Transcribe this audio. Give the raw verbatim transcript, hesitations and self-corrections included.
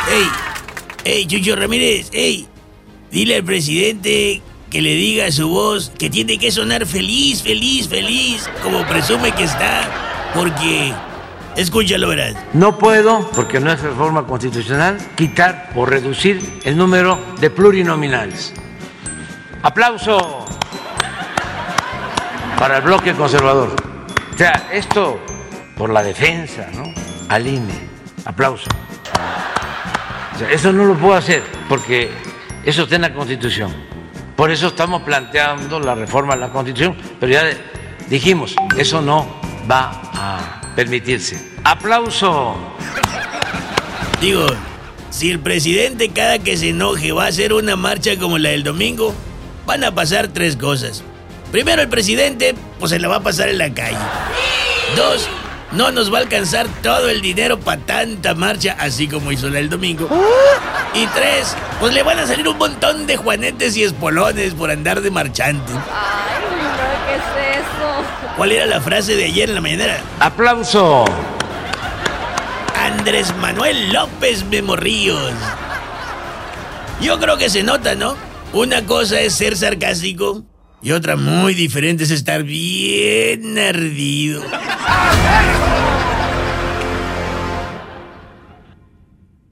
¡Ey! ¡Ey, Chucho Ramírez! ¡Ey! Dile al presidente que le diga a su voz que tiene que sonar feliz, feliz, feliz, como presume que está, porque... Escúchalo, verás. No puedo, porque no es reforma constitucional, quitar o reducir el número de plurinominales. ¡Aplauso para el bloque conservador! O sea, esto por la defensa, ¿no?, al I N E. Aplauso. O sea, eso no lo puedo hacer porque eso está en la Constitución. Por eso estamos planteando la reforma de la Constitución, pero ya dijimos, eso no va a permitirse. ¡Aplauso! Digo, si el presidente cada que se enoje va a hacer una marcha como la del domingo, van a pasar tres cosas. Primero, el presidente pues se la va a pasar en la calle. Dos, no nos va a alcanzar todo el dinero para tanta marcha, así como hizo la del domingo. Y tres, pues le van a salir un montón de juanetes y espolones por andar de marchante. Ay, no, ¿qué es eso? ¿Cuál era la frase de ayer en la mañanera? ¡Aplauso! Andrés Manuel López Memorríos. Yo creo que se nota, ¿no? Una cosa es ser sarcástico y otra muy diferente es estar bien ardido.